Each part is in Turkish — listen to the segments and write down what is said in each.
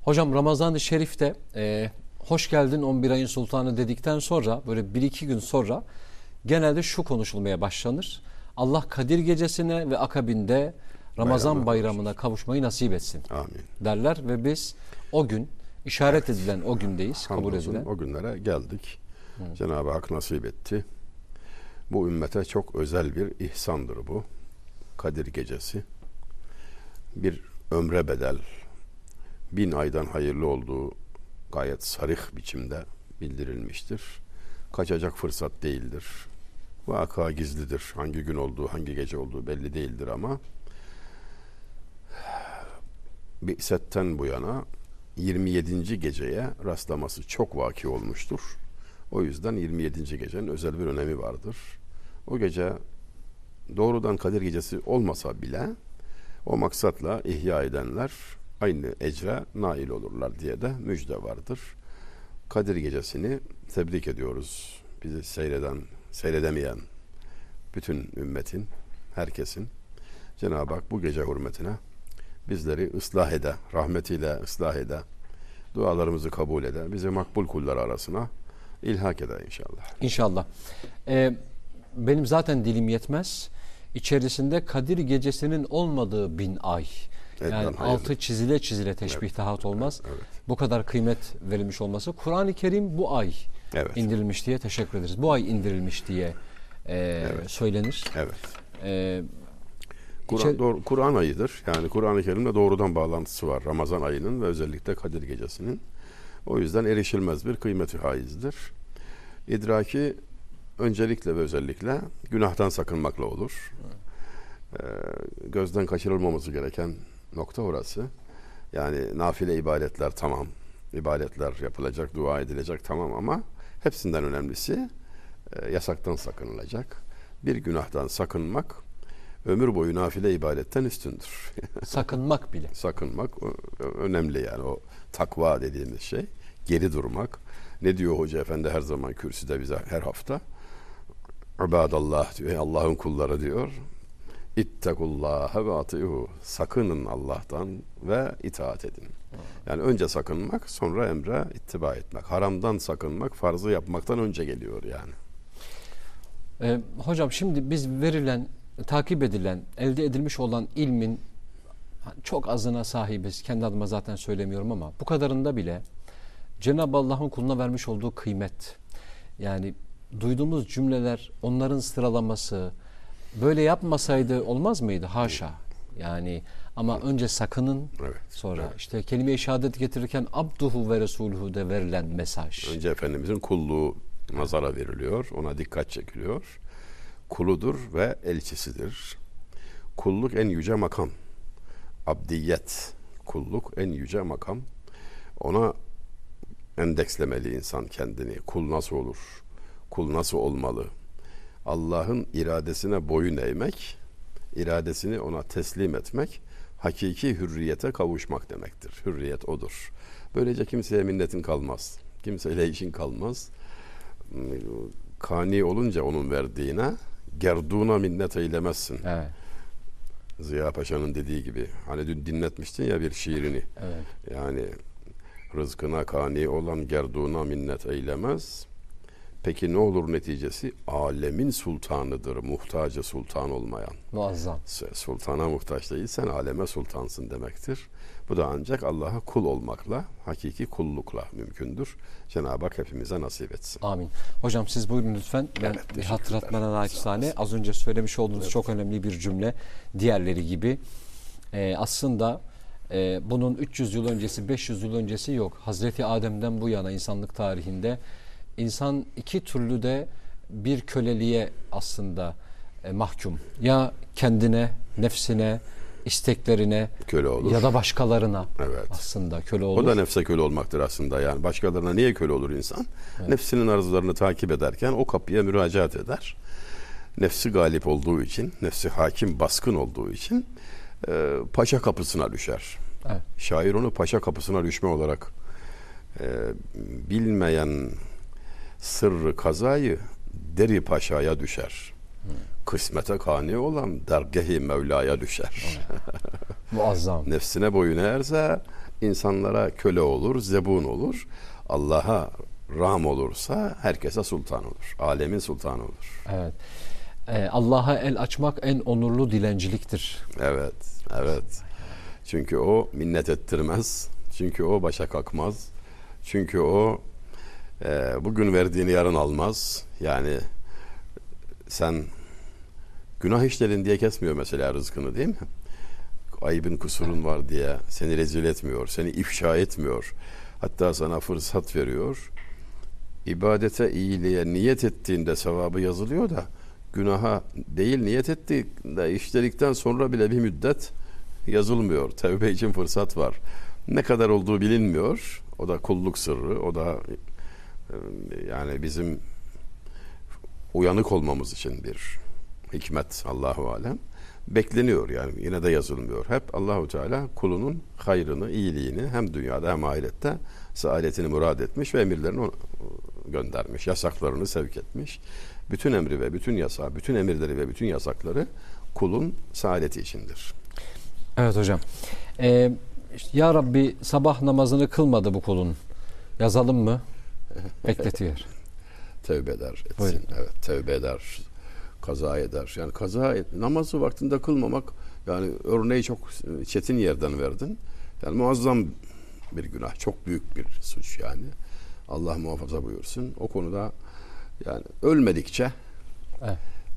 Hocam Ramazan-ı Şerif'te hoş geldin 11 ayın sultanı dedikten sonra böyle 1-2 gün sonra genelde şu konuşulmaya başlanır. Allah Kadir Gecesi'ne ve akabinde Ramazan bayramına kavuşmayı nasip etsin. Amin. Derler ve biz o gün işaret edilen o gündeyiz. Kabul edilen. O günlere geldik. Cenab-ı Hak nasip etti. Bu ümmete çok özel bir ihsandır bu. Kadir Gecesi. Bir ömre bedel, 1000 aydan hayırlı olduğu gayet sarih biçimde bildirilmiştir. Kaçacak fırsat değildir. Vaka gizlidir. Hangi gün olduğu, hangi gece olduğu belli değildir ama Bi'setten bu yana 27. geceye rastlaması çok vaki olmuştur. O yüzden 27. gecenin özel bir önemi vardır. O gece doğrudan Kadir Gecesi olmasa bile o maksatla ihya edenler aynı ecre nail olurlar diye de müjde vardır. Kadir Gecesi'ni tebrik ediyoruz. Bizi seyredemeyen bütün ümmetin, herkesin. Cenab-ı Hak bu gece hürmetine bizleri ıslah ede, rahmetiyle ıslah ede, dualarımızı kabul ede, bizi makbul kullar arasına ilhak eder inşallah. İnşallah. Benim zaten dilim yetmez. İçerisinde Kadir Gecesi'nin olmadığı 1000 ay. Yani altı çizile çizile teşbih olmaz. Evet. Bu kadar kıymet verilmiş olması. Kur'an-ı Kerim bu ay indirilmiş diye teşekkür ederiz. Bu ay indirilmiş diye söylenir. Evet. Kur'an ayıdır. Yani Kur'an-ı Kerim'le doğrudan bağlantısı var. Ramazan ayının ve özellikle Kadir Gecesi'nin. O yüzden erişilmez bir kıymeti haizdir. İdraki öncelikle ve özellikle günahtan sakınmakla olur. Gözden kaçırılmaması gereken nokta orası. Yani nafile ibadetler tamam. İbadetler yapılacak, dua edilecek tamam ama hepsinden önemlisi yasaktan sakınılacak. Bir günahtan sakınmak ömür boyu nafile ibadetten üstündür. Sakınmak bile. Sakınmak önemli yani o takva dediğimiz şey. Geri durmak. Ne diyor Hoca Efendi her zaman kürsüde bize her hafta? İbadallah diyor. Allah'ın kulları diyor. İttekullâhe ve ati'uhu. Sakının Allah'tan ve itaat edin. Yani önce sakınmak, sonra emre ittiba etmek. Haramdan sakınmak, farzı yapmaktan önce geliyor yani. Hocam şimdi biz verilen, takip edilen, elde edilmiş olan ilmin çok azına sahibiz. Kendi adıma zaten söylemiyorum ama bu kadarında bile Cenab-ı Allah'ın kuluna vermiş olduğu kıymet, yani duyduğumuz cümleler, onların sıralaması böyle yapmasaydı olmaz mıydı? Haşa. Yani ama önce sakının, sonra işte kelime-i şehadet getirirken abduhu ve resuluhu de verilen mesaj. Önce Efendimizin kulluğu nazara veriliyor, ona dikkat çekiliyor. Kuludur ve elçisidir. Kulluk en yüce makam. Abdiyet, kulluk en yüce makam. Ona endekslemeli insan kendini. Kul nasıl olur? Kul nasıl olmalı? Allah'ın iradesine boyun eğmek, iradesini ona teslim etmek, hakiki hürriyete kavuşmak demektir. Hürriyet odur. Böylece kimseye minnetin kalmaz. Kimseyle işin kalmaz. Kani olunca onun verdiğine, gerduna minnet eylemezsin. Evet. Ziya Paşa'nın dediği gibi. Hani dün dinletmiştin ya bir şiirini. Evet. Yani rızkına kani olan gerduna minnet eylemez. Peki ne olur neticesi? Alemin sultanıdır, muhtacı sultan olmayan. Muazzam. Sultana muhtaç değil, sen aleme sultansın demektir. Bu da ancak Allah'a kul olmakla, hakiki kullukla mümkündür. Cenab-ı Hak hepimize nasip etsin. Amin. Hocam siz buyurun lütfen. Ben bir hatırlatmana naçizane az önce söylemiş olduğunuz çok önemli bir cümle. Diğerleri gibi aslında bunun 300 yıl öncesi, 500 yıl öncesi yok. Hazreti Adem'den bu yana insanlık tarihinde İnsan iki türlü de bir köleliğe aslında mahkum. Ya kendine, nefsine, isteklerine köle olur ya da başkalarına aslında köle olur. O da nefse köle olmaktır aslında yani. Başkalarına niye köle olur insan? Nefsinin arzularını takip ederken o kapıya müracaat eder. Nefsi galip olduğu için, nefsi hakim baskın olduğu için paşa kapısına düşer. Evet. Şair onu paşa kapısına düşme olarak bilmeyen sırrı kazayı deri paşaya düşer. Kısmete kani olan dergâh-i Mevla'ya düşer. Muazzam. Nefsine boyun eğerse insanlara köle olur, zebun olur. Allah'a ram olursa herkese sultan olur. Alemin sultanı olur. Evet. Allah'a el açmak en onurlu dilenciliktir. Evet, evet. Çünkü o minnet ettirmez. Çünkü o başa kalkmaz. Çünkü o bugün verdiğini yarın almaz. Yani sen günah işledin diye kesmiyor mesela rızkını, değil mi? Ayıbın, kusurun var diye seni rezil etmiyor, seni ifşa etmiyor. Hatta sana fırsat veriyor. İbadete, iyiliğe niyet ettiğinde sevabı yazılıyor da günaha değil niyet ettiğinde işledikten sonra bile bir müddet yazılmıyor. Tevbe için fırsat var. Ne kadar olduğu bilinmiyor. O da kulluk sırrı. O da yani bizim uyanık olmamız için bir hikmet, Allahu alem. Bekleniyor yani, yine de yazılmıyor. Hep Allahu Teala kulunun hayrını, iyiliğini hem dünyada hem ahirette saadetini murad etmiş ve emirlerini göndermiş. Yasaklarını sevk etmiş. Bütün emri ve bütün yasağı, bütün emirleri ve bütün yasakları kulun saadeti içindir. Evet hocam. Ya Rabbi sabah namazını kılmadı bu kulun. Yazalım mı? Bekletiyor. Tevbe eder, etsin. Buyurun. Evet, tevbe eder, kaza eder. Yani namazı vaktinde kılmamak, yani örneği çok çetin yerden verdin. Yani muazzam bir günah, çok büyük bir suç yani. Allah muhafaza buyursun. O konuda yani ölmedikçe Evet.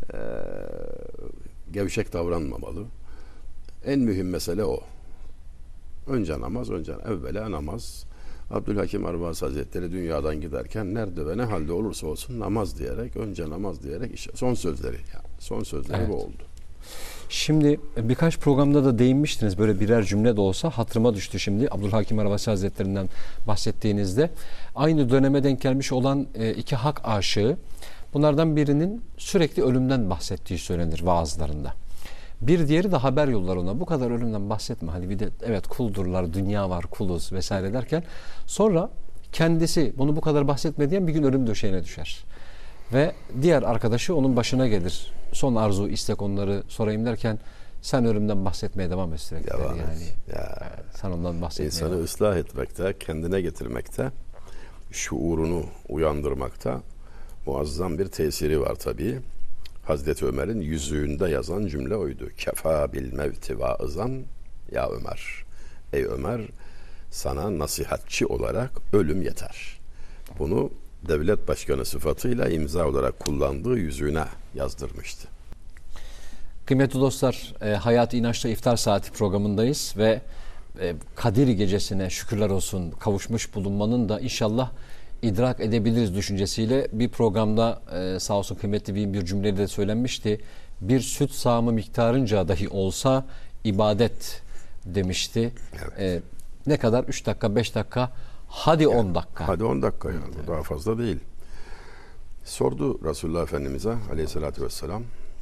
gevşek davranmamalı. En mühim mesele o. Önce namaz, evvela namaz. Abdülhakim Arvas Hazretleri dünyadan giderken nerede ve ne halde olursa olsun namaz diyerek, önce namaz diyerek işte son sözleri, yani son sözleri Evet. bu oldu. Şimdi birkaç programda da değinmiştiniz, böyle birer cümle de olsa hatırıma düştü şimdi Abdülhakim Arvasi Hazretlerinden bahsettiğinizde. Aynı döneme denk gelmiş olan iki hak aşığı, bunlardan birinin sürekli ölümden bahsettiği söylenir vaazlarında. Bir diğeri de haber yollar ona, bu kadar ölümden bahsetme, hani bir de evet kuldurlar, dünya var, kuluz vesaire derken sonra kendisi bunu bu kadar bahsetme diyen bir gün ölüm döşeğine düşer. Ve diğer arkadaşı onun başına gelir. Son arzu, istek onları sorayım derken sen ölümden bahsetmeye devam et sürekli. Devam et. Yani Ya. sen ondan bahsetmeye İnsanı devam et. ıslah etmekte, kendine getirmekte, şuurunu uyandırmakta muazzam bir tesiri var tabii. Hazreti Ömer'in yüzüğünde yazan cümle oydu. Kefa bil mevti vaizan ya Ömer. Ey Ömer, sana nasihatçi olarak ölüm yeter. Bunu devlet başkanı sıfatıyla imza olarak kullandığı yüzüğüne yazdırmıştı. Kıymetli dostlar, Hayat İnanç'ta İftar Saati programındayız ve Kadir Gecesi'ne şükürler olsun kavuşmuş bulunmanın da inşallah idrak edebiliriz düşüncesiyle bir programda sağ olsun kıymetli bir cümleyle de söylenmişti. Bir süt sağımı miktarınca dahi olsa ibadet demişti. Evet. Ne kadar? 3 dakika, 5 dakika, hadi 10 dakika. Hadi 10 dakika yani. Evet. Daha fazla değil. Sordu Resulullah Efendimiz'e aleyhissalatü vesselam,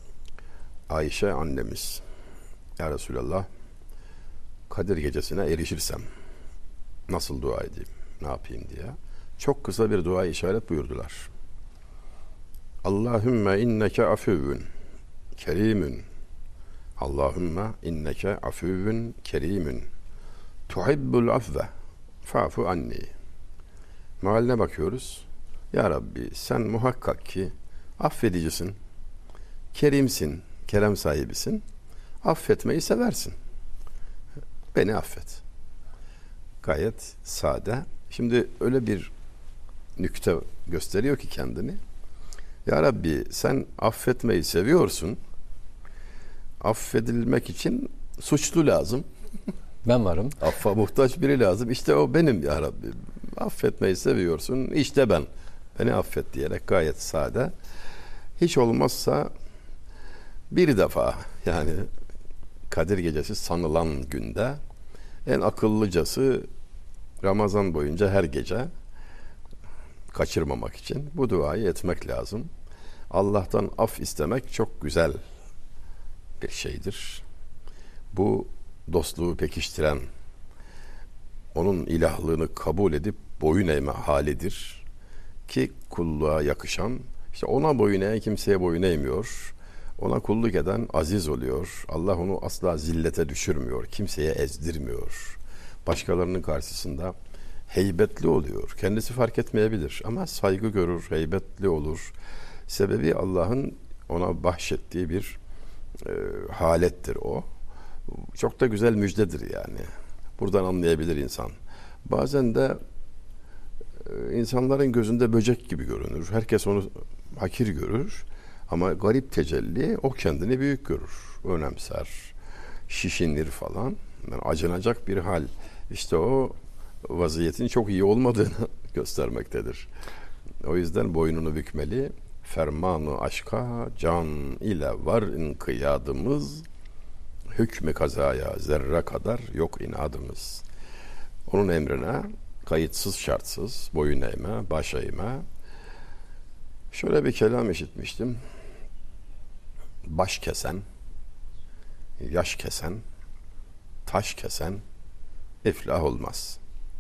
Ayşe annemiz, ya Resulallah, Kadir Gecesi'ne erişirsem nasıl dua edeyim, ne yapayım diye. Çok kısa bir dua işaret buyurdular. Allahümme inneke afüvün kerimün. Allahümme inneke afüvün kerimün. Tuhibbul afve fa'fu anni. Mealine bakıyoruz. Ya Rabbi, sen muhakkak ki affedicisin, kerimsin, kerem sahibisin, affetmeyi seversin. Beni affet. Gayet sade. Şimdi öyle bir nükte gösteriyor ki kendini. Ya Rabbi, sen affetmeyi seviyorsun. Affedilmek için suçlu lazım. Ben varım. Affa muhtaç biri lazım. İşte o benim ya Rabbi. Affetmeyi seviyorsun. İşte ben. Beni affet diyerek gayet sade. Hiç olmazsa bir defa, yani Kadir Gecesi sanılan günde en akıllıcası Ramazan boyunca her gece kaçırmamak için bu duayı etmek lazım. Allah'tan af istemek çok güzel bir şeydir. Bu dostluğu pekiştiren, onun ilahlığını kabul edip boyun eğme halidir ki kulluğa yakışan. İşte ona boyun eğen kimseye boyun eğmiyor. Ona kulluk eden aziz oluyor. Allah onu asla zillete düşürmüyor. Kimseye ezdirmiyor. başkalarının karşısında heybetli oluyor. Kendisi fark etmeyebilir ama saygı görür, heybetli olur. Sebebi Allah'ın ona bahşettiği bir halettir o. Çok da güzel müjdedir yani. Buradan anlayabilir insan. Bazen de insanların gözünde böcek gibi görünür. Herkes onu hakir görür. Ama garip tecelli o kendini büyük görür. Önemser, şişinir falan. Yani acınacak bir hal. İşte o vaziyetin çok iyi olmadığını göstermektedir. O yüzden boynunu bükmeli. Fermanı aşka can ile var inkıyadımız, hükmü kazaya zerre kadar yok inadımız. Onun emrine kayıtsız şartsız boyun eğme, baş eğme. Şöyle bir kelam işitmiştim. Baş kesen, yaş kesen, taş kesen iflah olmaz.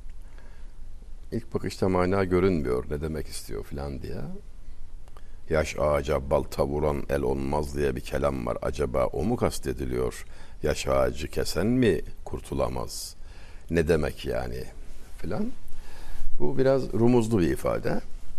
İlk bakışta mana görünmüyor, ne demek istiyor filan diye. Yaş ağaca balta vuran el olmaz diye bir kelam var. Acaba o mu kastediliyor? Yaş ağacı kesen mi kurtulamaz? Ne demek yani filan. Bu biraz rumuzlu bir ifade.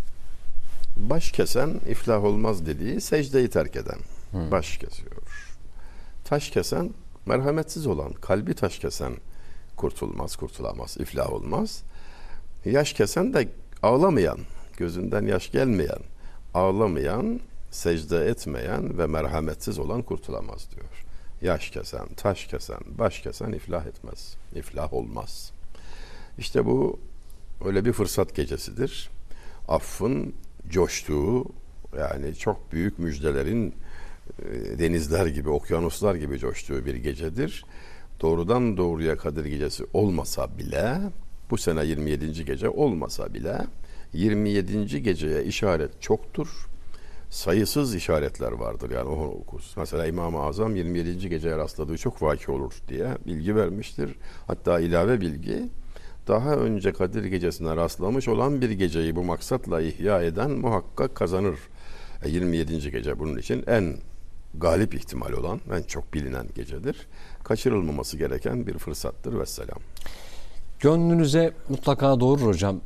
Baş kesen iflah olmaz dediği secdeyi terk eden. Baş kesiyor. Taş kesen merhametsiz olan, kalbi taş kesen kurtulamaz, iflah olmaz. Yaş kesen de ağlamayan, gözünden yaş gelmeyen, ağlamayan, secde etmeyen ve merhametsiz olan kurtulamaz diyor. Yaş kesen, taş kesen, baş kesen iflah etmez, iflah olmaz. İşte bu öyle bir fırsat gecesidir. Affın coştuğu, yani çok büyük müjdelerin denizler gibi, okyanuslar gibi coştuğu bir gecedir. Doğrudan doğruya Kadir Gecesi olmasa bile, bu sene 27. gece olmasa bile 27. geceye işaret çoktur. Sayısız işaretler vardır yani o okus. Mesela İmam-ı Azam 27. geceye rastladığı çok vaki olur diye bilgi vermiştir. Hatta ilave bilgi, daha önce Kadir Gecesi'ne rastlamış olan bir geceyi bu maksatla ihya eden muhakkak kazanır. 27. gece bunun için en galip ihtimal olan, en çok bilinen gecedir. Kaçırılmaması gereken bir fırsattır vesselam. Gönlünüze mutlaka doğurur hocam.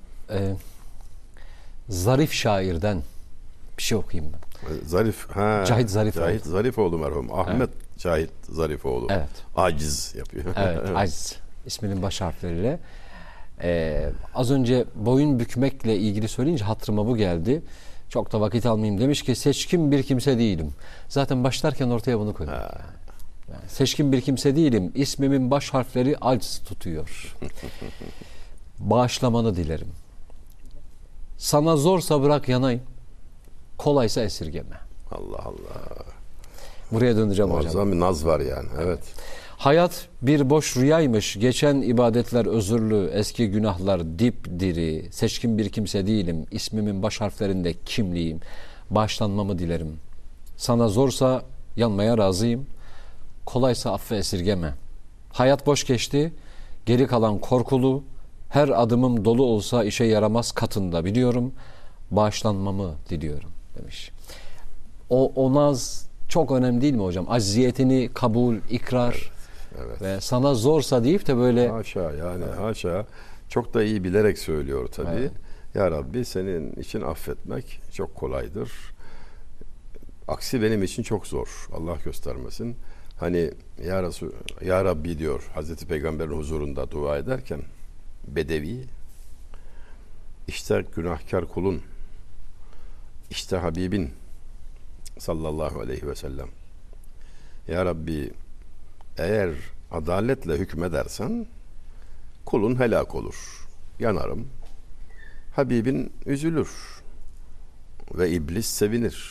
Zarif şairden bir şey okuyayım ben. Cahit Zarifoğlu. Zarifoğlu merhum. Ahmet Cahit Zarifoğlu. Evet. Aciz yapıyor. Evet, aciz. İsminin baş harfleriyle. Az önce boyun bükmekle ilgili söyleyince hatırıma bu geldi. Çok da vakit almayayım. Demiş ki seçkin bir kimse değilim. Zaten başlarken ortaya bunu koyuyor. Yani seçkin bir kimse değilim. İsmimin baş harfleri aciz tutuyor. Bağışlamanı dilerim. Sana zorsa bırak yanayım. Kolaysa esirgeme. Allah Allah. Buraya döneceğim hocam. Muazzam bir naz var yani. Evet. Hayat bir boş rüyaymış. Geçen ibadetler özürlü. Eski günahlar dipdiri. Seçkin bir kimse değilim. İsmimin baş harflerinde kimliğim. Bağışlanmamı dilerim. Sana zorsa yanmaya razıyım. Kolaysa affı esirgeme. Hayat boş geçti. Geri kalan korkulu. Her adımım dolu olsa işe yaramaz katında biliyorum. Bağışlanmamı diliyorum demiş. O naz çok önemli değil mi hocam? Acziyetini kabul, ikrar Evet. ve sana zorsa deyip de böyle Haşa yani haşa. Çok da iyi bilerek söylüyor tabii. Evet. Ya Rabbi senin için affetmek çok kolaydır. Aksi benim için çok zor. Allah göstermesin. Hani ya Resul, ya Rabbi diyor Hazreti Peygamber'in huzurunda dua ederken Bedevi, işte günahkar kulun, işte Habibin sallallahu aleyhi ve sellem. Ya Rabbi eğer adaletle hükmedersen kulun helak olur. Yanarım. Habibin üzülür ve iblis sevinir.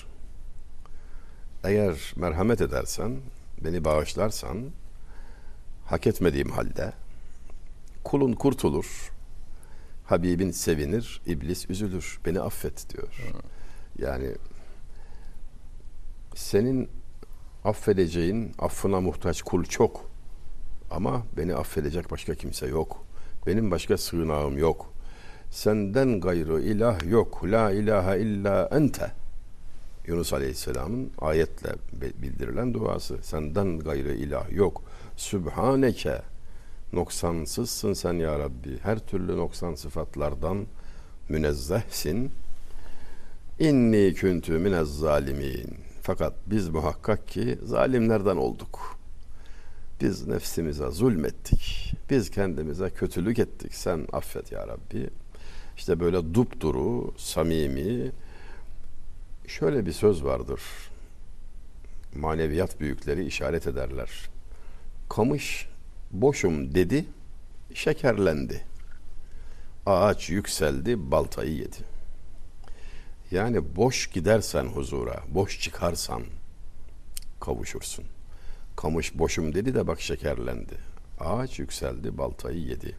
Eğer merhamet edersen, beni bağışlarsan, hak etmediğim halde kulun kurtulur. Habibin sevinir, iblis üzülür. Beni affet diyor. Yani senin affedeceğin, affına muhtaç kul çok. Ama beni affedecek başka kimse yok. Benim başka sığınağım yok. Senden gayrı ilah yok. La ilahe illa ente. Yunus Aleyhisselam'ın ayetle bildirilen duası. Senden gayrı ilah yok. Sübhaneke. Noksansızsın sen ya Rabbi. Her türlü noksan sıfatlardan münezzehsin. İnni küntü minez zalimin. Fakat biz muhakkak ki zalimlerden olduk. Biz nefsimize zulmettik. Biz kendimize kötülük ettik. Sen affet ya Rabbi. İşte böyle dupduru, samimi. Şöyle bir söz vardır. Maneviyat büyükleri işaret ederler. Kamış boşum dedi, şekerlendi. Ağaç yükseldi, baltayı yedi. Yani boş gidersen huzura, boş çıkarsan kavuşursun. Kamış boşum dedi de bak şekerlendi. Ağaç yükseldi, baltayı yedi.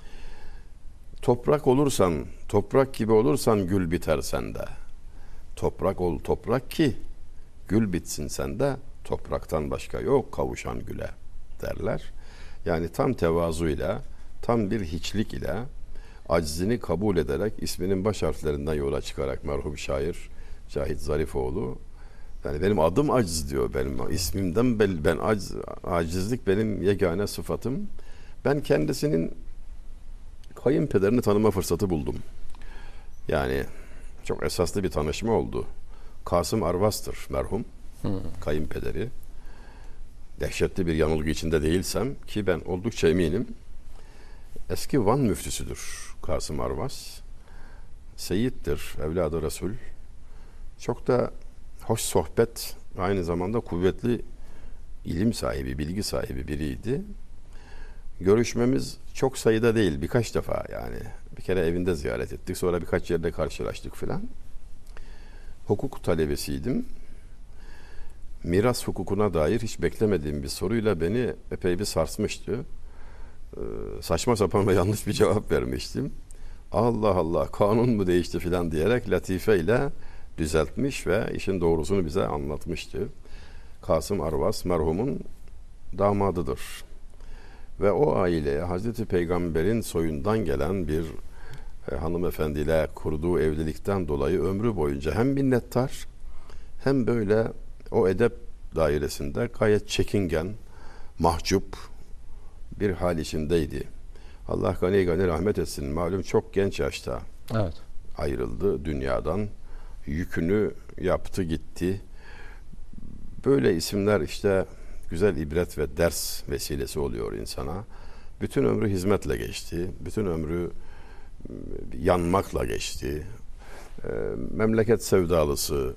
Toprak olursan, toprak gibi olursan gül biter sende. Toprak ol toprak ki gül bitsin sende. Topraktan başka yok kavuşan güle derler. Yani tam tevazuyla, tam bir hiçlik ile aczini kabul ederek isminin baş harflerinden yola çıkarak merhum şair Cahit Zarifoğlu, yani benim adım aciz diyor, benim ismimden ben acizlik benim yegane sıfatım. Ben kendisinin kayınpederini tanıma fırsatı buldum. Yani çok esaslı bir tanışma oldu. Kasım Arvas'tır merhum kayınpederi. Dehşetli bir yanılgı içinde değilsem ki ben oldukça eminim. Eski Van müftüsüdür Kasım Arvas. Seyyiddir, evladı Resul. Çok da hoş sohbet, aynı zamanda kuvvetli ilim sahibi, bilgi sahibi biriydi. Görüşmemiz çok sayıda değil, birkaç defa yani. Bir kere evinde ziyaret ettik, sonra birkaç yerde karşılaştık filan. Hukuk talebesiydim. Miras hukukuna dair hiç beklemediğim bir soruyla beni epey bir sarsmıştı. Saçma sapan ve yanlış bir cevap vermiştim. Allah Allah, kanun mu değişti filan diyerek latifeyle düzeltmiş ve işin doğrusunu bize anlatmıştı. Kasım Arvas merhumun damadıdır. Ve o aileye Hazreti Peygamber'in soyundan gelen bir hanımefendiyle kurduğu evlilikten dolayı ömrü boyunca hem minnettar hem böyle o edep dairesinde gayet çekingen, mahcup bir hal içindeydi. Allah gani gani rahmet etsin. Malum çok genç yaşta ayrıldı dünyadan. Yükünü yaptı gitti. Böyle isimler işte güzel ibret ve ders vesilesi oluyor insana. Bütün ömrü hizmetle geçti. Bütün ömrü yanmakla geçti. Memleket sevdalısı,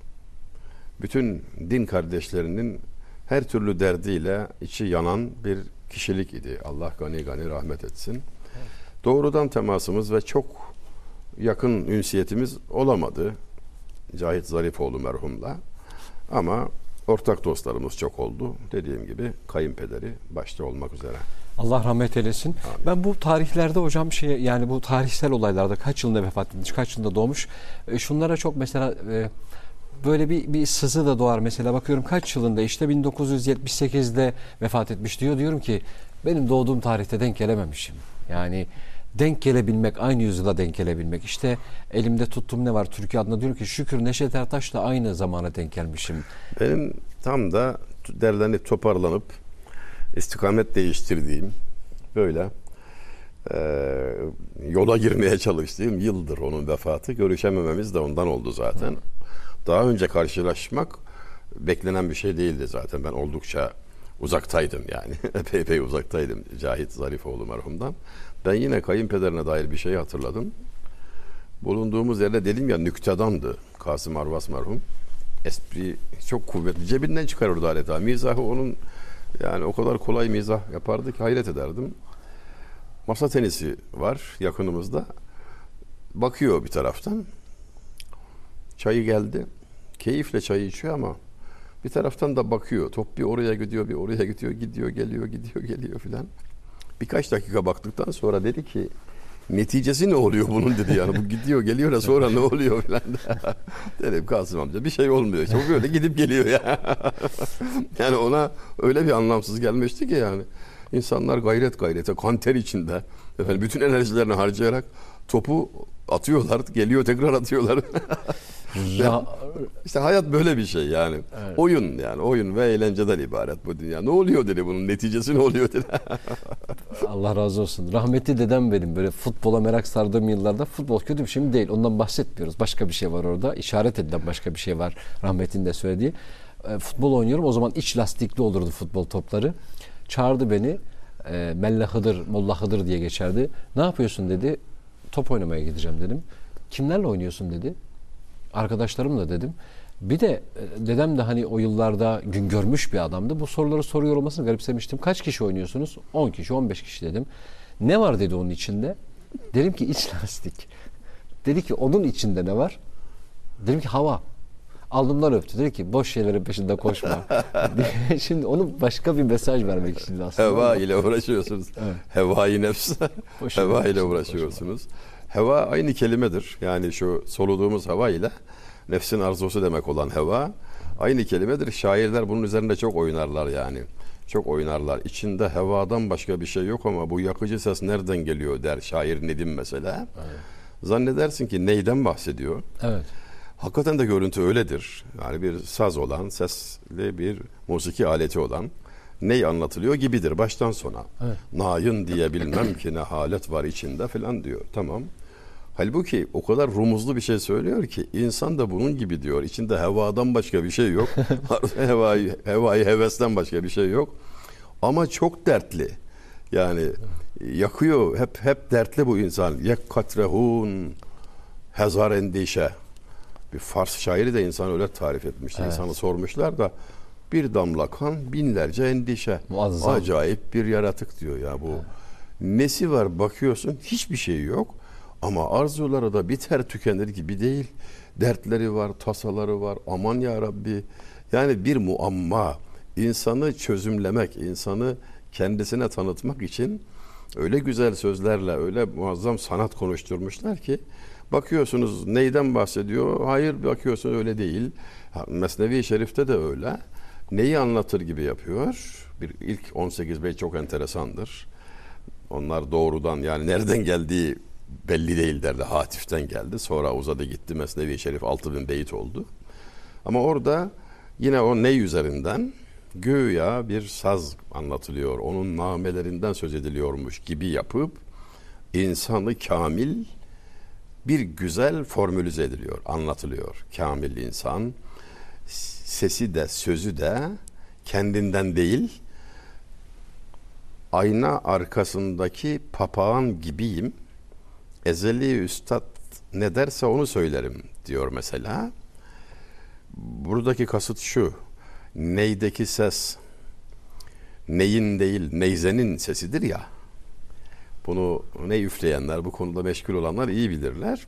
bütün din kardeşlerinin her türlü derdiyle içi yanan bir kişilik idi. Allah gani gani rahmet etsin. Evet. Doğrudan temasımız ve çok yakın ünsiyetimiz olamadı Cahit Zarifoğlu merhumla. Ama ortak dostlarımız çok oldu. Dediğim gibi kayınpederi başta olmak üzere. Allah rahmet eylesin. Amin. Ben bu tarihlerde hocam yani bu tarihsel olaylarda kaç yılında vefat etmiş, kaç yılında doğmuş. Şunlara çok mesela böyle bir sızı da doğar. Mesela bakıyorum kaç yılında, işte 1978'de vefat etmiş diyor. Diyorum ki benim doğduğum tarihte denk gelememişim. Yani denk gelebilmek, aynı yüzyıla denk gelebilmek. İşte elimde tuttuğum ne var Türkiye adına, diyorum ki şükür Neşet Ertaş'la aynı zamana denk gelmişim. Benim tam da derlenip toparlanıp istikamet değiştirdiğim, böyle yola girmeye çalıştığım yıldır onun vefatı. Görüşemememiz de ondan oldu zaten. Daha önce karşılaşmak beklenen bir şey değildi zaten. Ben oldukça uzaktaydım yani. epey uzaktaydım Cahit Zarifoğlu merhumdan. Ben yine kayınpederine dair bir şeyi hatırladım. Bulunduğumuz yerde dedim ya nüktedandı Kasım Arvas merhum. Espri çok kuvvetli. Cebinden çıkarırdı adeta. Mizahı onun, yani o kadar kolay mizah yapardı ki hayret ederdim. Masa tenisi var yakınımızda. Bakıyor bir taraftan. Çayı geldi. Keyifle çayı içiyor ama bir taraftan da bakıyor. Top bir oraya gidiyor, bir oraya gidiyor, geliyor filan. Birkaç dakika baktıktan sonra dedi ki neticesi ne oluyor bunun dedi, yani bu gidiyor geliyor da sonra ne oluyor filan. Dedim Kasım amca bir şey olmuyor. İşte böyle gidip geliyor ya. Yani ona öyle bir anlamsız gelmişti ki yani. İnsanlar gayrete, kanter içinde bütün enerjilerini harcayarak topu Atıyorlar, geliyor tekrar atıyorlar. Ra- İşte hayat böyle bir şey yani. Evet. Oyun yani. Oyun ve eğlenceden ibaret bu dünya. Ne oluyor dedi, bunun neticesi ne oluyor dedi. Allah razı olsun. Rahmetli dedem benim böyle futbola merak sardığım yıllarda, futbol kötü bir şey mi? Değil. Ondan bahsetmiyoruz. Başka bir şey var orada. İşaret edilen başka bir şey var. Rahmetin de söylediği. Futbol oynuyorum. O zaman iç lastikli olurdu futbol topları. Çağırdı beni. Melle Hıdır, Molla Hıdır diye geçerdi. Ne yapıyorsun dedi. Top oynamaya gideceğim dedim. Kimlerle oynuyorsun dedi. Arkadaşlarımla dedim. Bir de dedem de hani o yıllarda gün görmüş bir adamdı. Bu soruları soruyor olmasını garipsemiştim. Kaç kişi oynuyorsunuz? 10 kişi, 15 kişi dedim. Ne var dedi onun içinde? Dedim ki iç lastik. Dedi ki onun içinde ne var? Dedim ki hava. Alnımdan öptü. Dedi ki boş şeylerin peşinde koşma. Şimdi onu başka bir mesaj vermek için aslında. Heva ile uğraşıyorsunuz. Evet. Hevai nefs. Boş Heva şeylerin ile peşinde uğraşıyorsunuz. Heva aynı kelimedir. Yani şu soluduğumuz hava ile nefsin arzusu demek olan heva aynı kelimedir. Şairler bunun üzerinde çok oynarlar yani. Çok oynarlar. İçinde hevadan başka bir şey yok ama bu yakıcı ses nereden geliyor der şair Nedim mesela. Evet. Zannedersin ki neyden bahsediyor? Evet. Hakikaten de görüntü öyledir. Yani bir saz olan, sesli bir musiki aleti olan ney anlatılıyor gibidir baştan sona. Evet. Nayın diye bilmem ki ne halet var içinde falan diyor. Tamam. Halbuki o kadar rumuzlu bir şey söylüyor ki insan da bunun gibi diyor. İçinde hevadan başka bir şey yok. Hevai hevesten başka bir şey yok. Ama çok dertli. Yani yakıyor. Hep dertli bu insan. Yek katrehun hezar endişe. Bir Fars şairi de insan öyle tarif etmiş. Evet. İnsanı sormuşlar da bir damla kan binlerce endişe. Muazzam. Acayip bir yaratık diyor ya bu. Evet. Nesi var bakıyorsun hiçbir şey yok. Ama arzuları da biter tükenir gibi değil. Dertleri var, tasaları var. Aman ya Rabbi. Yani bir muamma. İnsanı çözümlemek, insanı kendisine tanıtmak için öyle güzel sözlerle, öyle muazzam sanat konuşturmuşlar ki bakıyorsunuz neyden bahsediyor? Hayır, bakıyorsun öyle değil. Mesnevi-i Şerif'te de öyle. Neyi anlatır gibi yapıyor. İlk 18 beyt çok enteresandır. Onlar doğrudan yani nereden geldiği belli değil derdi. Hatif'ten geldi. Sonra uzadı gitti. Mesnevi-i Şerif 6000 beyit oldu. Ama orada yine o ney üzerinden güya bir saz anlatılıyor. Onun namelerinden söz ediliyormuş gibi yapıp insanı kamil bir güzel formülize ediliyor, anlatılıyor. Kamil insan, sesi de sözü de kendinden değil, ayna arkasındaki papağan gibiyim. Ezeli üstad ne derse onu söylerim diyor mesela. Buradaki kasıt şu, neydeki ses, neyin değil, neyzenin sesidir ya. Bunu ne üfleyenler, bu konuda meşgul olanlar iyi bilirler.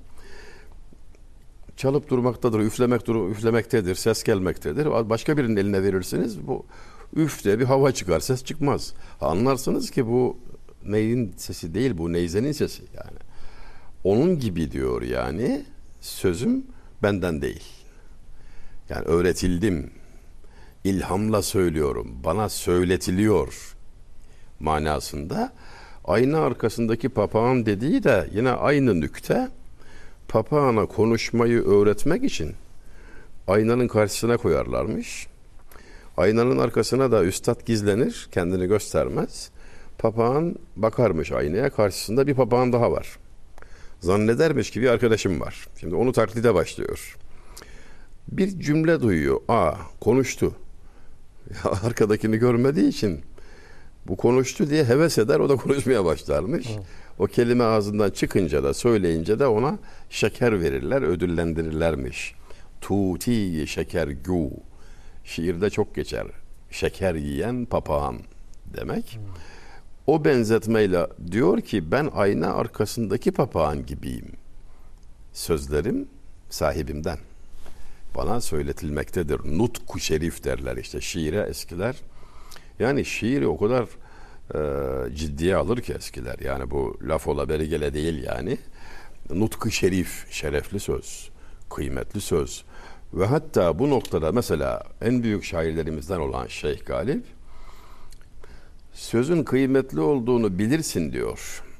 Çalıp durmaktadır, üflemektedir, ses gelmektedir. Başka birinin eline verirsiniz, bu üfte bir hava çıkar, ses çıkmaz. Anlarsınız ki bu neyin sesi değil, bu neyzenin sesi yani. Onun gibi diyor yani, sözüm benden değil. Yani öğretildim, ilhamla söylüyorum, bana söyletiliyor manasında. Ayna arkasındaki papağan dediği de yine aynı nükte. Papağana konuşmayı öğretmek için aynanın karşısına koyarlarmış. Aynanın arkasına da üstad gizlenir, kendini göstermez. Papağan bakarmış aynaya, karşısında bir papağan daha var. Zannedermiş ki bir arkadaşım var. Şimdi onu taklide başlıyor. Bir cümle duyuyor. Konuştu. Arkadakini görmediği için bu konuştu diye heves eder, o da konuşmaya başlarmış. O kelime ağzından çıkınca da söyleyince de ona şeker verirler, ödüllendirirlermiş. Tuti şeker gü. Şiirde çok geçer. Şeker yiyen papağan demek. O benzetmeyle diyor ki ben ayna arkasındaki papağan gibiyim. Sözlerim sahibimden. Bana söyletilmektedir. Nutku şerif derler işte şiire eskiler. Yani şiiri o kadar ciddiye alır ki eskiler. Yani bu laf ola beri gele değil yani. Nutku şerif, şerefli söz, kıymetli söz. Ve hatta bu noktada mesela en büyük şairlerimizden olan Şeyh Galip, sözün kıymetli olduğunu bilirsin diyor.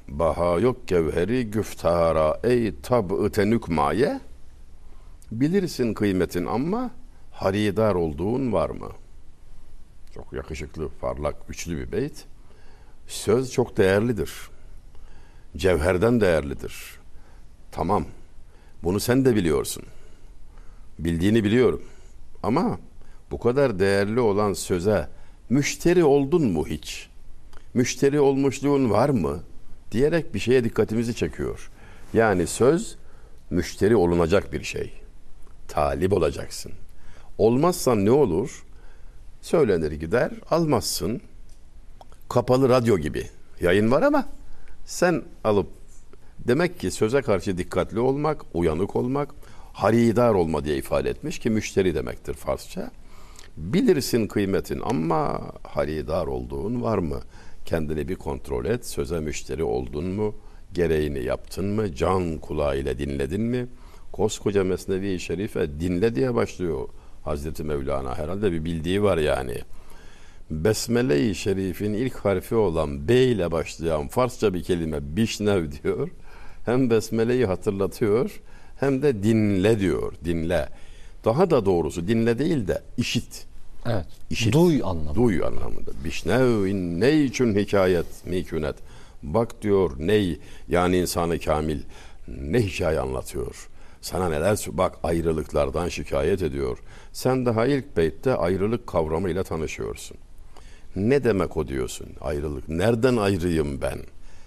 baha yok gevheri güftara ey tab-ı tenükmaye. Bilirsin kıymetin ama haridar olduğun var mı? Çok yakışıklı, parlak, güçlü bir beyt. Söz çok değerlidir. Cevherden değerlidir. Tamam. Bunu sen de biliyorsun. Bildiğini biliyorum. Ama bu kadar değerli olan söze müşteri oldun mu hiç? Müşteri olmuşluğun var mı? Diyerek bir şeye dikkatimizi çekiyor. Yani söz müşteri olunacak bir şey. Talip olacaksın. Olmazsan ne olur? Söylenir gider, almazsın. Kapalı radyo gibi. Yayın var ama sen alıp, demek ki söze karşı dikkatli olmak, uyanık olmak, haridar olma diye ifade etmiş ki müşteri demektir Farsça. Bilirsin kıymetin ama haridar olduğun var mı? Kendini bir kontrol et. Söze müşteri oldun mu? Gereğini yaptın mı? Can kulağıyla dinledin mi? Koskoca Mesnevi-i Şerife dinle diye başlıyor Hazreti Mevlana. Herhalde bir bildiği var yani. Besmele-i Şerif'in ilk harfi olan B ile başlayan Farsça bir kelime bişnev diyor. Hem Besmele'yi hatırlatıyor hem de dinle diyor. Dinle. Daha da doğrusu dinle değil de işit. Evet. İşit. Duy anlamında. Duy anlamında. Bişnevin ney için hikayet mikünet. Bak diyor ney, yani insanı kamil ne hikaye anlatıyor. Sana neler, bak ayrılıklardan şikayet ediyor. Sen daha ilk beytte ayrılık kavramıyla tanışıyorsun. Ne demek o diyorsun? Ayrılık. Nereden ayrıyım ben?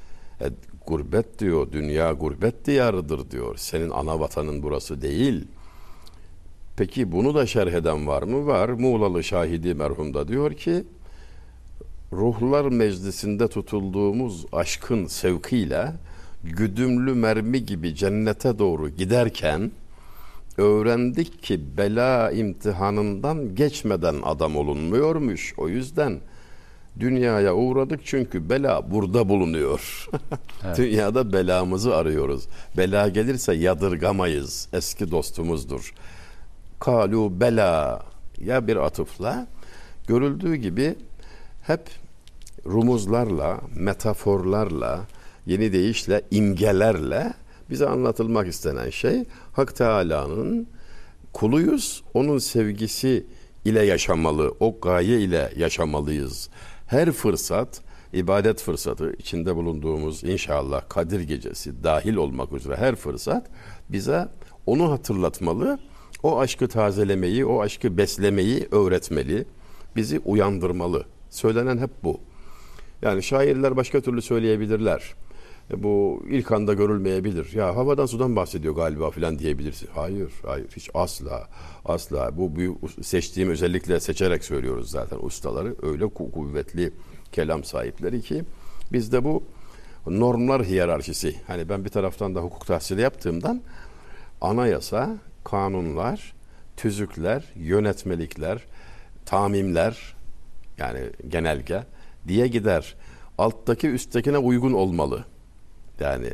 Gurbet diyor. Dünya gurbet diyarıdır diyor. Senin ana vatanın burası değil. Peki bunu da şerh eden var mı? Var. Muğlalı Şahidi merhum da diyor ki ruhlar meclisinde tutulduğumuz aşkın sevkiyle güdümlü mermi gibi cennete doğru giderken öğrendik ki bela imtihanından geçmeden adam olunmuyormuş. O yüzden dünyaya uğradık çünkü bela burada bulunuyor. Evet. Dünyada belamızı arıyoruz. Bela gelirse yadırgamayız. Eski dostumuzdur. Kalu bela ya bir atıfla görüldüğü gibi hep rumuzlarla, metaforlarla, yeni deyişle, imgelerle bize anlatılmak istenen şey Hak Teâlâ'nın kuluyuz. Onun sevgisi ile yaşamalı, o gaye ile yaşamalıyız. Her fırsat, ibadet fırsatı, içinde bulunduğumuz inşallah Kadir Gecesi dahil olmak üzere her fırsat bize onu hatırlatmalı. O aşkı tazelemeyi, o aşkı beslemeyi öğretmeli. Bizi uyandırmalı. Söylenen hep bu. Yani şairler başka türlü söyleyebilirler. Bu ilk anda görülmeyebilir. Ya havadan sudan bahsediyor galiba filan diyebilirsin. Hayır, hayır, hiç asla, asla. Bu seçtiğim, özellikle seçerek söylüyoruz zaten ustaları. Öyle kuvvetli kelam sahipleri ki bizde bu normlar hiyerarşisi. Hani ben bir taraftan da hukuk tahsili yaptığımdan anayasa, kanunlar, tüzükler, yönetmelikler, tamimler, yani genelge diye gider. Alttaki üsttekine uygun olmalı. Yani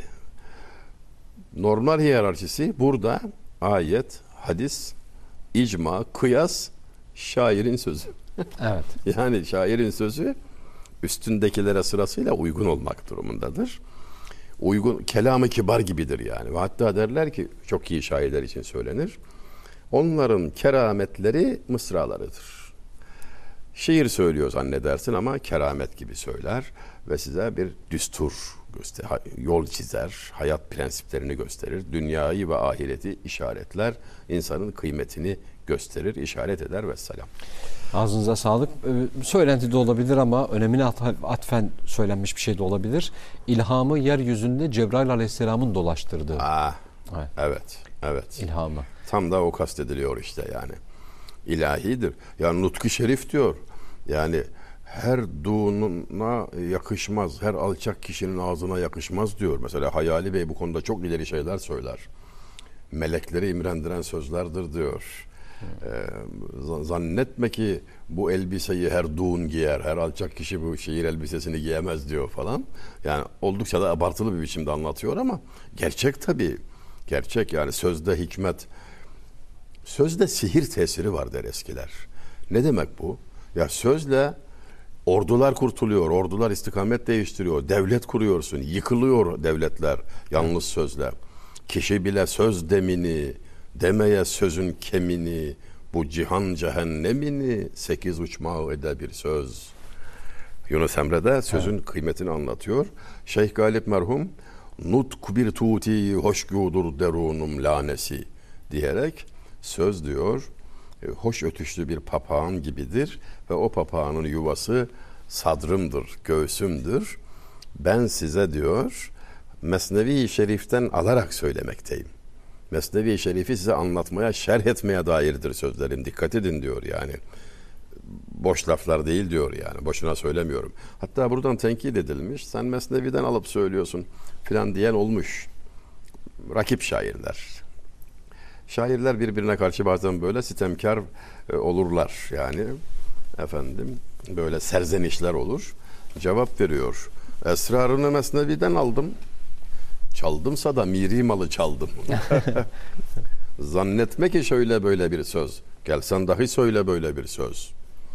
normlar hiyerarşisi burada ayet, hadis, icma, kıyas, şairin sözü. Evet. Yani şairin sözü üstündekilere sırasıyla uygun olmak durumundadır. Uygun, kelam-ı kibar gibidir yani. Ve hatta derler ki, çok iyi şairler için söylenir, onların kerametleri mısralarıdır. Şiir söylüyor zannedersin ama keramet gibi söyler ve size bir düstur yol çizer, hayat prensiplerini gösterir, dünyayı ve ahireti işaretler, insanın kıymetini gösterir, işaret eder vesselam. Ağzınıza sağlık. Söylenti de olabilir ama önemine atfen söylenmiş bir şey de olabilir. İlhamı yeryüzünde Cebrail Aleyhisselam'ın dolaştırdığı. Evet. Evet, evet. İlhamı. Tam da o kastediliyor işte yani. İlahidir. Yani nutku şerif diyor. Yani herduğuna yakışmaz, her alçak kişinin ağzına yakışmaz diyor. Mesela Hayali Bey bu konuda çok ileri şeyler söyler. Melekleri imrendiren sözlerdir diyor. Zannetme ki bu elbiseyi herduğun giyer, her alçak kişi bu şehir elbisesini giyemez diyor falan. Yani oldukça da abartılı bir biçimde anlatıyor ama gerçek tabii. Gerçek yani sözde hikmet, sözde sihir tesiri var der eskiler. Ne demek bu? Ya sözle Ordular kurtuluyor, ordular istikamet değiştiriyor, devlet kuruyorsun, yıkılıyor devletler yalnız sözle. Kişi bile söz demini, demeye sözün kemini, bu cihan cehennemini, 8 uçmağı ede bir söz. Yunus Emre de sözün kıymetini anlatıyor. Şeyh Galip merhum, nutku bir tuti hoşgudur derunum lanesi diyerek söz diyor, hoş ötüşlü bir papağan gibidir ve o papağanın yuvası sadrımdır, göğsümdür. Ben size diyor Mesnevi-i Şerif'ten alarak söylemekteyim. Mesnevi-i Şerif'i size anlatmaya, şerh etmeye dairdir sözlerim. Dikkat edin diyor yani. Boş laflar değil diyor yani. Boşuna söylemiyorum. Hatta buradan tenkit edilmiş. Sen Mesnevi'den alıp söylüyorsun filan diyen olmuş. Rakip şairler. Şairler birbirine karşı bazen böyle sitemkar olurlar yani. Efendim böyle serzenişler olur. Cevap veriyor. Esrarını Mesnevi'den aldım. Çaldımsa da miri malı çaldım. Zannetme ki şöyle böyle bir söz. Gelsen dahi söyle böyle bir söz.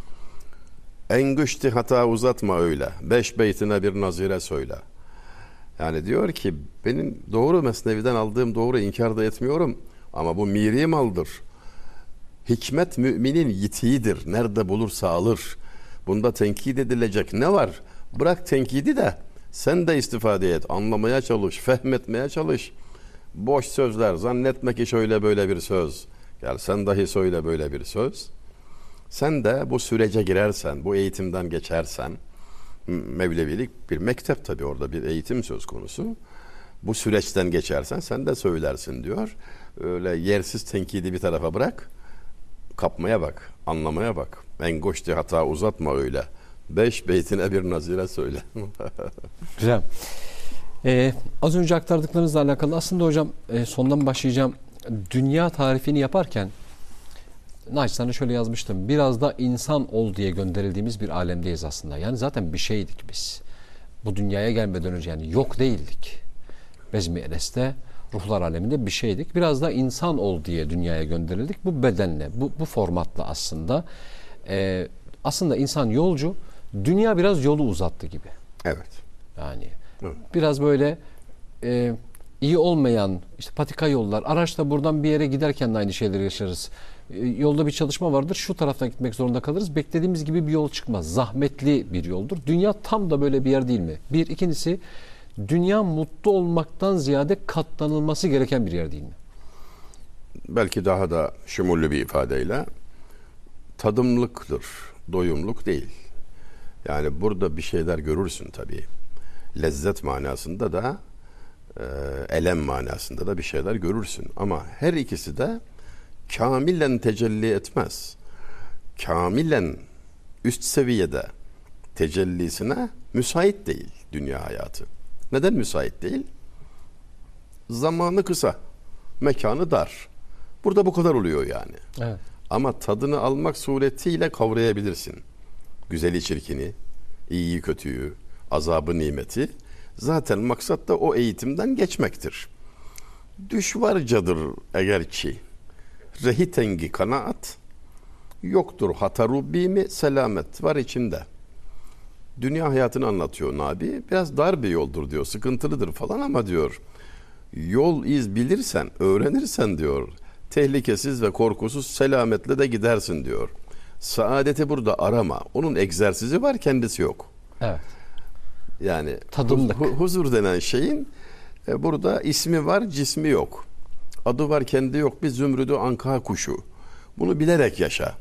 Engüşti hata uzatma öyle. 5 beytine bir nazire söyle. Yani diyor ki benim doğru Mesnevi'den aldığım doğru, inkar da etmiyorum. Ama bu miri maldır. Hikmet müminin yitiğidir. Nerede bulursa alır. Bunda tenkit edilecek ne var? Bırak tenkidi de sen de istifade et. Anlamaya çalış, fehmetmeye çalış. Boş sözler, zannetme ki şöyle böyle bir söz. Gel sen dahi söyle böyle bir söz. Sen de bu sürece girersen, bu eğitimden geçersen, Mevlevilik bir mektep tabii, orada bir eğitim söz konusu. Bu süreçten geçersen sen de söylersin diyor. Öyle yersiz tenkidi bir tarafa bırak. Kapmaya bak, anlamaya bak. Engoşti hata uzatma öyle. 5 beytine bir nazire söyle. Güzel. Az önce aktardıklarınızla alakalı aslında hocam sondan başlayacağım. Dünya tarifini yaparken naçizane şöyle yazmıştım. Biraz da insan ol diye gönderildiğimiz bir alemdeyiz aslında. Yani zaten bir şeydik biz. Bu dünyaya gelmeden önce yani yok değildik. Bezmi Enes'te ruhlar aleminde bir şeydik. Biraz da insan ol diye dünyaya gönderildik. Bu bedenle, bu formatla aslında. Aslında insan yolcu, dünya biraz yolu uzattı gibi. Evet. Yani evet. Biraz böyle iyi olmayan işte patika yollar, araçla buradan bir yere giderken de aynı şeyleri yaşarız. Yolda bir çalışma vardır, şu taraftan gitmek zorunda kalırız. Beklediğimiz gibi bir yol çıkmaz. Zahmetli bir yoldur. Dünya tam da böyle bir yer değil mi? Bir, ikincisi dünya mutlu olmaktan ziyade katlanılması gereken bir yer değil mi? Belki daha da şumullü bir ifadeyle tadımlıktır, doyumluk değil. Yani burada bir şeyler görürsün tabii. Lezzet manasında da elem manasında da bir şeyler görürsün. Ama her ikisi de kamilen tecelli etmez. Kamilen üst seviyede tecellisine müsait değil dünya hayatı. Neden müsait değil? Zamanı kısa, mekanı dar. Burada bu kadar oluyor yani. Evet. Ama tadını almak suretiyle kavrayabilirsin. Güzeli çirkini, iyiyi kötüyü, azabı nimeti. Zaten maksat da o eğitimden geçmektir. Düşvarcadır eğer ki rehitengi kanaat, yoktur hatarubimi selamet var içinde. Dünya hayatını anlatıyor Nabi. Biraz dar bir yoldur diyor, sıkıntılıdır falan ama diyor yol iz bilirsen, öğrenirsen diyor tehlikesiz ve korkusuz selametle de gidersin diyor. Saadeti burada arama. Onun egzersizi var, kendisi yok. Evet. Yani tadımlık. Huzur denen şeyin burada ismi var, cismi yok. Adı var, kendi yok. Bir zümrüdü anka kuşu. Bunu bilerek yaşa.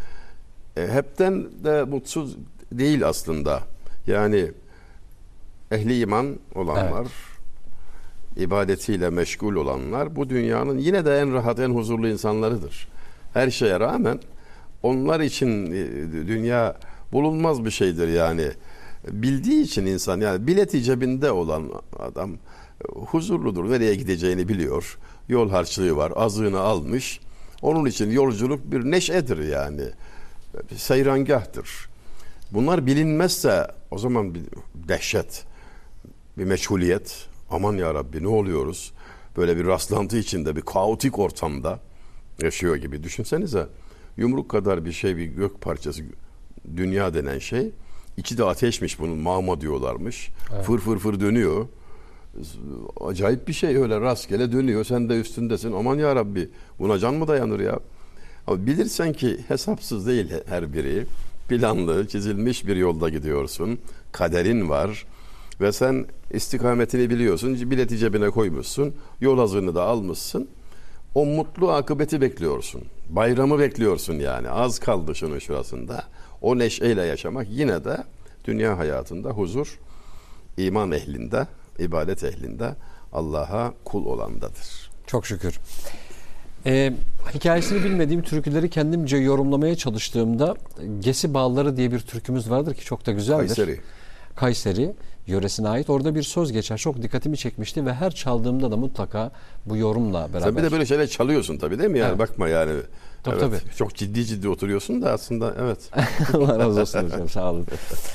Hepten de mutsuz değil aslında. Yani ehli iman olanlar, ibadetiyle meşgul olanlar bu dünyanın yine de en rahat, en huzurlu insanlarıdır. Her şeye rağmen onlar için dünya bulunmaz bir şeydir yani. Bildiği için insan, yani bileti cebinde olan adam huzurludur. Nereye gideceğini biliyor. Yol harçlığı var. Azığını almış. Onun için yolculuk bir neşedir yani. Bir seyrangahtır. Bunlar bilinmezse o zaman bir dehşet, bir meçhuliyet. Aman ya Rabbi ne oluyoruz? Böyle bir rastlantı içinde, bir kaotik ortamda yaşıyor gibi. Düşünsenize, yumruk kadar bir şey, bir gök parçası, dünya denen şey İçi de ateşmiş bunun, mağma diyorlarmış. Evet. Fır fır fır dönüyor. Acayip bir şey, öyle rastgele dönüyor. Sen de üstündesin. Aman ya Rabbi, buna can mı dayanır ya? Ama bilirsen ki hesapsız değil her biri. Planlı, çizilmiş bir yolda gidiyorsun. Kaderin var. Ve sen istikametini biliyorsun. Bileti cebine koymuşsun. Yol hazırını da almışsın. O mutlu akıbeti bekliyorsun. Bayramı bekliyorsun yani. Az kaldı şunun şurasında. O neşeyle yaşamak yine de dünya hayatında huzur, iman ehlinde, ibadet ehlinde, Allah'a kul olandadır. Çok şükür. Hikayesini bilmediğim türküleri kendimce yorumlamaya çalıştığımda Gesi Bağları diye bir türkümüz vardır ki çok da güzeldir. Kayseri. Kayseri yöresine ait. Orada bir söz geçer. Çok dikkatimi çekmişti ve her çaldığımda da mutlaka bu yorumla beraber. Sen bir de böyle şeyler çalıyorsun tabii, değil mi? Yani Evet. bakma yani. Tabii, evet, tabii. Çok ciddi oturuyorsun da aslında, evet. Allah razı olsun hocam, sağ olun.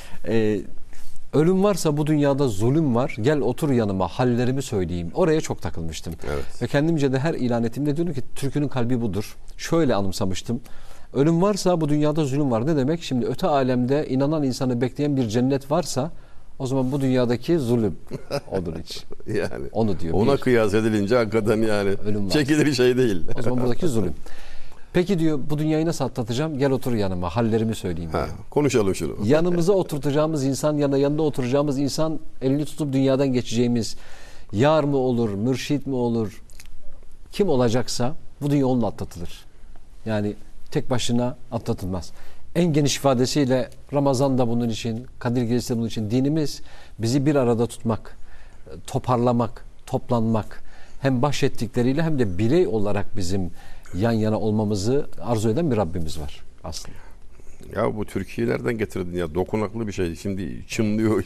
Ölüm varsa bu dünyada zulüm var. Gel otur yanıma, hallerimi söyleyeyim. Oraya çok takılmıştım. Evet. Ve kendimce de her ilan ettiğimde diyordum ki türkünün kalbi budur. Şöyle anımsamıştım. Ölüm varsa bu dünyada zulüm var. Ne demek? Şimdi öte alemde inanan insanı bekleyen bir cennet varsa o zaman bu dünyadaki zulüm odur hiç. Yani Onu diyor. ona Bir. kıyas edilince hakikaten yani Ölüm var. çekilir şey değil. O zaman buradaki zulüm. Peki diyor, bu dünyayı nasıl atlatacağım? Gel otur yanıma, hallerimi söyleyeyim diyor. Konuşalım şunu. Yanımıza oturtacağımız insan, yanında oturacağımız insan, elini tutup dünyadan geçeceğimiz yar mı olur, mürşit mi olur, kim olacaksa bu dünya onunla atlatılır. Yani tek başına atlatılmaz. En geniş ifadesiyle Ramazan da bunun için, Kadir Gecesi de bunun için. Dinimiz bizi bir arada tutmak, toparlamak, toplanmak, hem bahşettikleriyle hem de birey olarak bizim yan yana olmamızı arzu eden bir Rabbimiz var aslında. Ya bu Türkiye'yi nereden getirdin ya? Dokunaklı bir şey. Şimdi çınlıyor.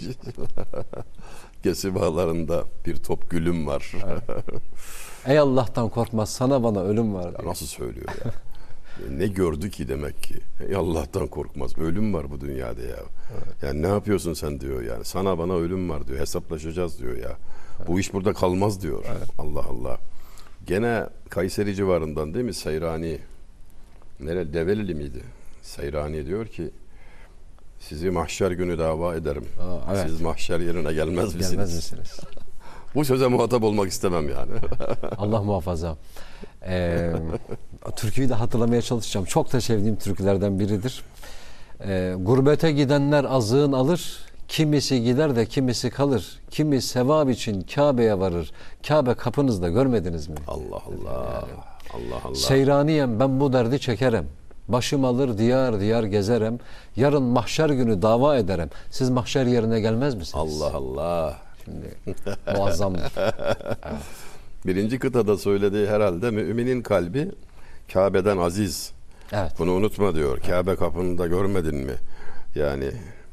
Gesi Bağları'nda bir top gülüm var. Evet. Ey Allah'tan korkmaz, sana bana ölüm var. Ya nasıl söylüyor ya? Ne gördü ki demek ki? Ey Allah'tan korkmaz. Ölüm var bu dünyada ya. Evet. Yani ne yapıyorsun sen diyor yani. Sana bana ölüm var diyor. Hesaplaşacağız diyor ya. Evet. Bu iş burada kalmaz diyor. Evet. Allah Allah. Gene Kayseri civarından değil mi? Seyrani. Develili miydi? Seyrani diyor ki, sizi mahşer günü dava ederim. Evet. Siz mahşer yerine gelmez misiniz? Gelmez misiniz? Bu söze muhatap olmak istemem yani. Allah muhafaza. Türküyü de hatırlamaya çalışacağım. Çok da sevdiğim türkülerden biridir. Gurbete gidenler azığın alır. Kimisi gider de kimisi kalır. Kimi sevap için Kabe'ye varır. Kabe kapınızda, görmediniz mi? Allah Allah. Allah Allah. Seyraniyem, ben bu derdi çekerem. Başım alır diyar diyar gezerem. Yarın mahşer günü dava ederem. Siz mahşer yerine gelmez misiniz? Allah Allah. Şimdi muazzamdır. Evet. Birinci kıtada söylediği herhalde müminin kalbi Kabe'den aziz. Evet. Bunu unutma diyor. Kabe kapını görmedin mi? Yani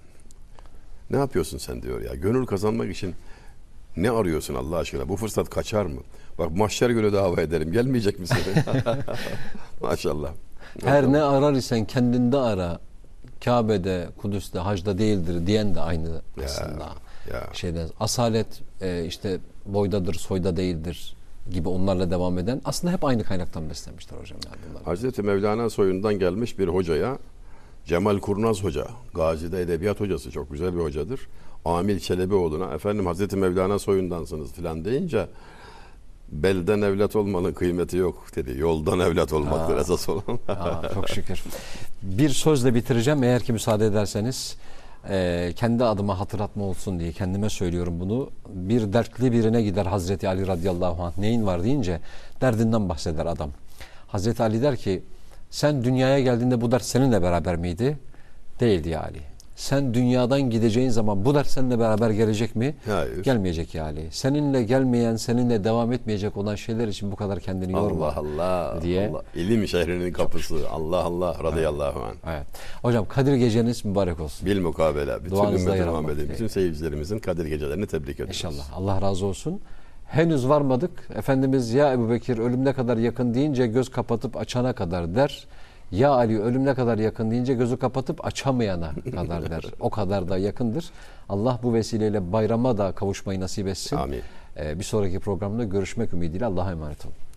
ne yapıyorsun sen diyor ya. Gönül kazanmak için ne arıyorsun Allah aşkına? Bu fırsat kaçar mı? Bak mahşer günü dava ederim. Gelmeyecek misin? Maşallah. Her ne arar isen kendinde ara. Kabe'de, Kudüs'te, hacda değildir diyen de aynı aslında. Şeyden, asalet işte boydadır, soyda değildir gibi onlarla devam eden, aslında hep aynı kaynaktan beslenmişler hocam. Yani bunlar. Hazreti Mevlana soyundan gelmiş bir hocaya, Cemal Kurnaz Hoca, Gazi'de edebiyat hocası, çok güzel bir hocadır. Amil Çelebioğlu'na, efendim Hazreti Mevlana soyundansınız filan deyince, belden evlat olmanın kıymeti yok dedi. Yoldan evlat olmaktır esas olan. Çok şükür. Bir sözle bitireceğim eğer ki müsaade ederseniz. Kendi adıma hatırlatma olsun diye kendime söylüyorum bunu. Bir dertli birine gider Hazreti Ali radıyallahu anh, neyin var deyince derdinden bahseder adam. Hazreti Ali der ki, sen dünyaya geldiğinde bu dert seninle beraber miydi? Değildi ya Ali. Sen dünyadan gideceğin zaman bu dert seninle beraber gelecek mi? Hayır. Gelmeyecek ya Ali. Seninle gelmeyen, seninle devam etmeyecek olan şeyler için bu kadar kendini yorma. Allah Allah diye. Allah. İlim şehrinin kapısı. Allah Allah radıyallahu anh. Evet. Hocam Kadir Geceniz mübarek olsun. Bil mukabele. Bütün Duanızda ümmeti yer almak Muhammed'in, bütün dileğiyle. seyircilerimizin Kadir Gecelerini tebrik ediyoruz. İnşallah. Allah razı olsun. Henüz varmadık. Efendimiz ya Ebubekir ölüm ne kadar yakın deyince göz kapatıp açana kadar der. Ya Ali ölüm ne kadar yakın deyince gözü kapatıp açamayana kadar der. O kadar da yakındır. Allah bu vesileyle bayrama da kavuşmayı nasip etsin. Amin. Bir sonraki programda görüşmek ümidiyle Allah'a emanet olun.